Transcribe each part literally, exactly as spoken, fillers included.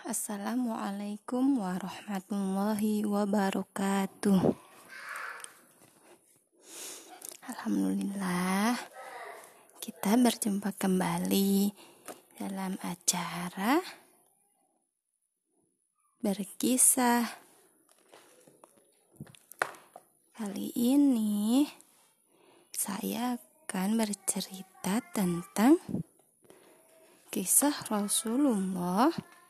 Assalamualaikum warahmatullahi wabarakatuh. Alhamdulillah, kita berjumpa kembali dalam acara berkisah. Kali ini saya akan bercerita tentang kisah Rasulullah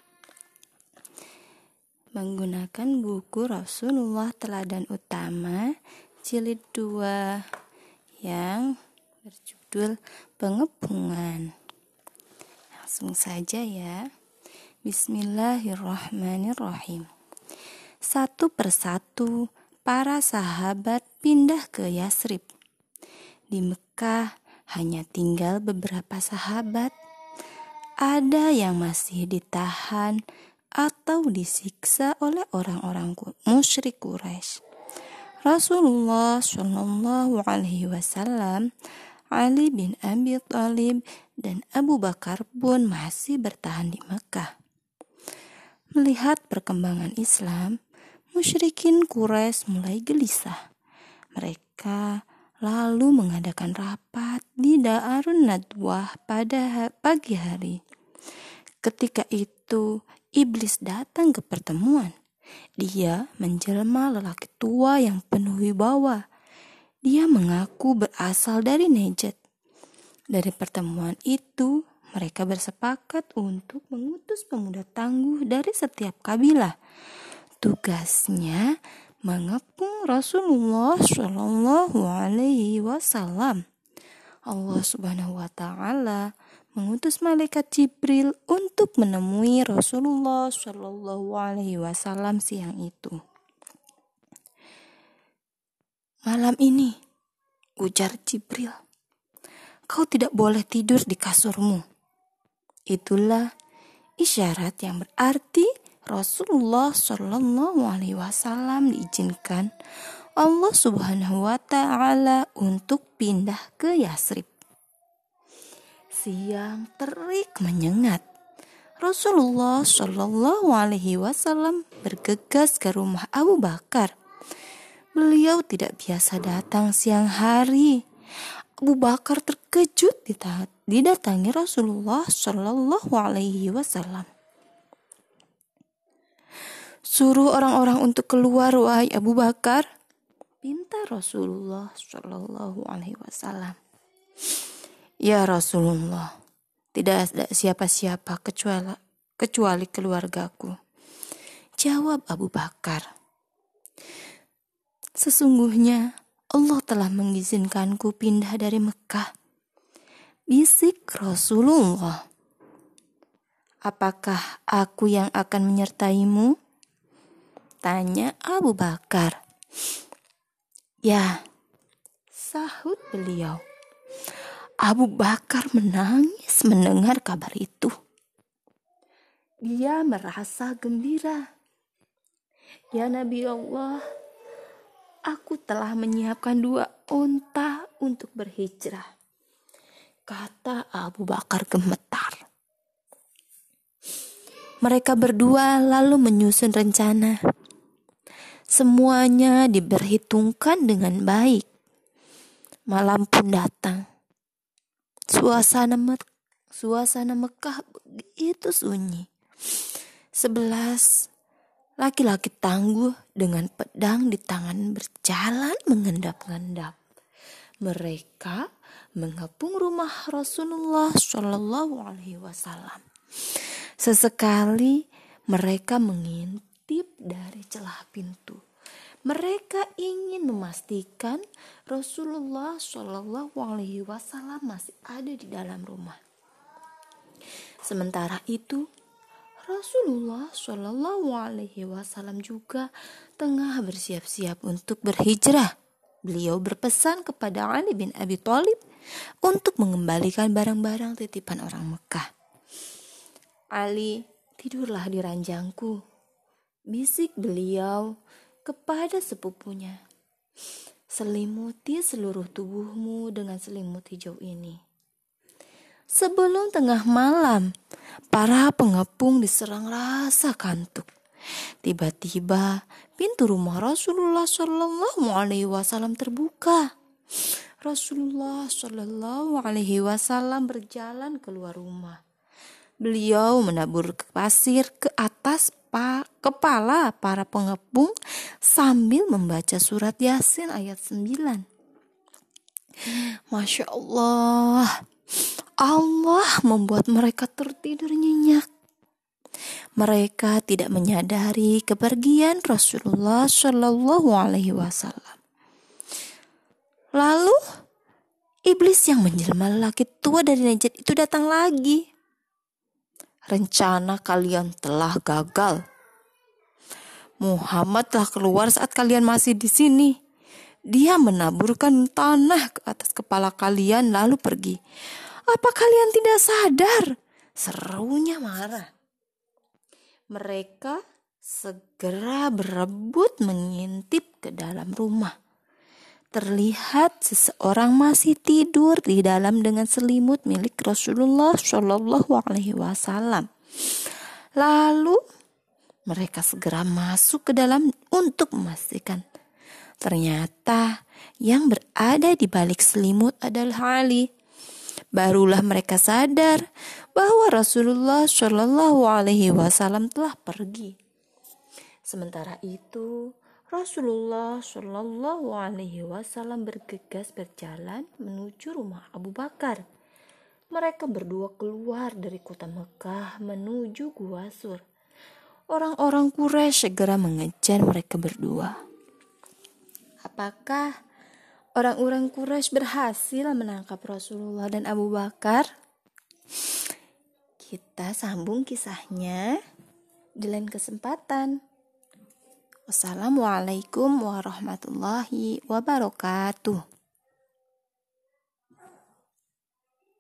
menggunakan buku Rasulullah Teladan Utama jilid dua yang berjudul Pengepungan. Langsung saja ya. Bismillahirrahmanirrahim. Satu persatu para sahabat pindah ke Yasrib. Di Mekah hanya tinggal beberapa sahabat. Ada yang masih ditahan atau disiksa oleh orang-orang musyrik Quraisy. Rasulullah Shallallahu Alaihi Wasallam, Ali bin Abi Thalib dan Abu Bakar pun masih bertahan di Mekah. Melihat perkembangan Islam, musyrikin Quraisy mulai gelisah. Mereka lalu mengadakan rapat di Darun Nadwah pada pagi hari. Ketika itu Iblis datang ke pertemuan. Dia menjelma lelaki tua yang penuh wibawa. Dia mengaku berasal dari Najd. Dari pertemuan itu, mereka bersepakat untuk mengutus pemuda tangguh dari setiap kabilah. Tugasnya mengepung Rasulullah Shallallahu Alaihi Wasallam. Allah Subhanahu Wa Taala mengutus malaikat Jibril untuk menemui Rasulullah Shallallahu Alaihi Wasallam siang itu. Malam ini, ujar Jibril, kau tidak boleh tidur di kasurmu. Itulah isyarat yang berarti Rasulullah Shallallahu Alaihi Wasallam diizinkan Allah Subhanahu Wa Taala untuk pindah ke Yasrib. Siang terik menyengat. Rasulullah Shallallahu Alaihi Wasallam bergegas ke rumah Abu Bakar. Beliau tidak biasa datang siang hari. Abu Bakar terkejut didatangi Rasulullah Shallallahu Alaihi Wasallam. Suruh orang-orang untuk keluar, wahai Abu Bakar, pinta Rasulullah Shallallahu Alaihi Wasallam. Ya Rasulullah, tidak ada siapa-siapa kecuali, kecuali keluargaku. Jawab Abu Bakar. Sesungguhnya Allah telah mengizinkanku pindah dari Mekah. Bisik Rasulullah. Apakah aku yang akan menyertaimu? Tanya Abu Bakar. Ya, sahut beliau. Abu Bakar menangis mendengar kabar itu. Dia merasa gembira. Ya Nabi Allah, aku telah menyiapkan dua unta untuk berhijrah. Kata Abu Bakar gemetar. Mereka berdua lalu menyusun rencana. Semuanya diperhitungkan dengan baik. Malam pun datang. Suasana, Me- suasana Mekah begitu sunyi. Sebelas laki-laki tangguh dengan pedang di tangan berjalan mengendap-endap. Mereka mengepung rumah Rasulullah Shallallahu Alaihi Wasallam. Sesekali mereka mengintip dari celah pintu. Mereka ingin memastikan Rasulullah Shallallahu Alaihi Wasallam masih ada di dalam rumah. Sementara itu, Rasulullah Shallallahu Alaihi Wasallam juga tengah bersiap-siap untuk berhijrah. Beliau berpesan kepada Ali bin Abi Thalib untuk mengembalikan barang-barang titipan orang Mekah. Ali, tidurlah di ranjangku, bisik beliau kepada sepupunya. Selimuti seluruh tubuhmu dengan selimut hijau ini. Sebelum tengah malam, para pengepung diserang rasa kantuk. Tiba-tiba pintu rumah Rasulullah Shallallahu Alaihi Wasallam terbuka. Rasulullah Shallallahu Alaihi Wasallam berjalan keluar rumah. Beliau menabur pasir ke atas pa, kepala para pengepung sambil membaca surat Yasin ayat sembilan. Masya Allah, Allah membuat mereka tertidur nyenyak. Mereka tidak menyadari kepergian Rasulullah Shallallahu Alaihi Wasallam. Lalu iblis yang menjelma lelaki tua dari Najd itu datang lagi. Rencana kalian telah gagal. Muhammad telah keluar saat kalian masih di sini. Dia menaburkan tanah ke atas kepala kalian lalu pergi. Apa kalian tidak sadar? Serunya marah. Mereka segera berebut mengintip ke dalam rumah. Terlihat seseorang masih tidur di dalam dengan selimut milik Rasulullah Shallallahu Alaihi Wasallam. Lalu mereka segera masuk ke dalam untuk memastikan. Ternyata yang berada di balik selimut adalah Ali. Barulah mereka sadar bahwa Rasulullah Shallallahu Alaihi Wasallam telah pergi. Sementara itu, Rasulullah Shallallahu Alaihi Wasallam bergegas berjalan menuju rumah Abu Bakar. Mereka berdua keluar dari kota Mekah menuju Gua Sur. Orang-orang Quraisy segera mengejar mereka berdua. Apakah orang-orang Quraisy berhasil menangkap Rasulullah dan Abu Bakar? Kita sambung kisahnya di lain kesempatan. Wassalamualaikum warahmatullahi wabarakatuh.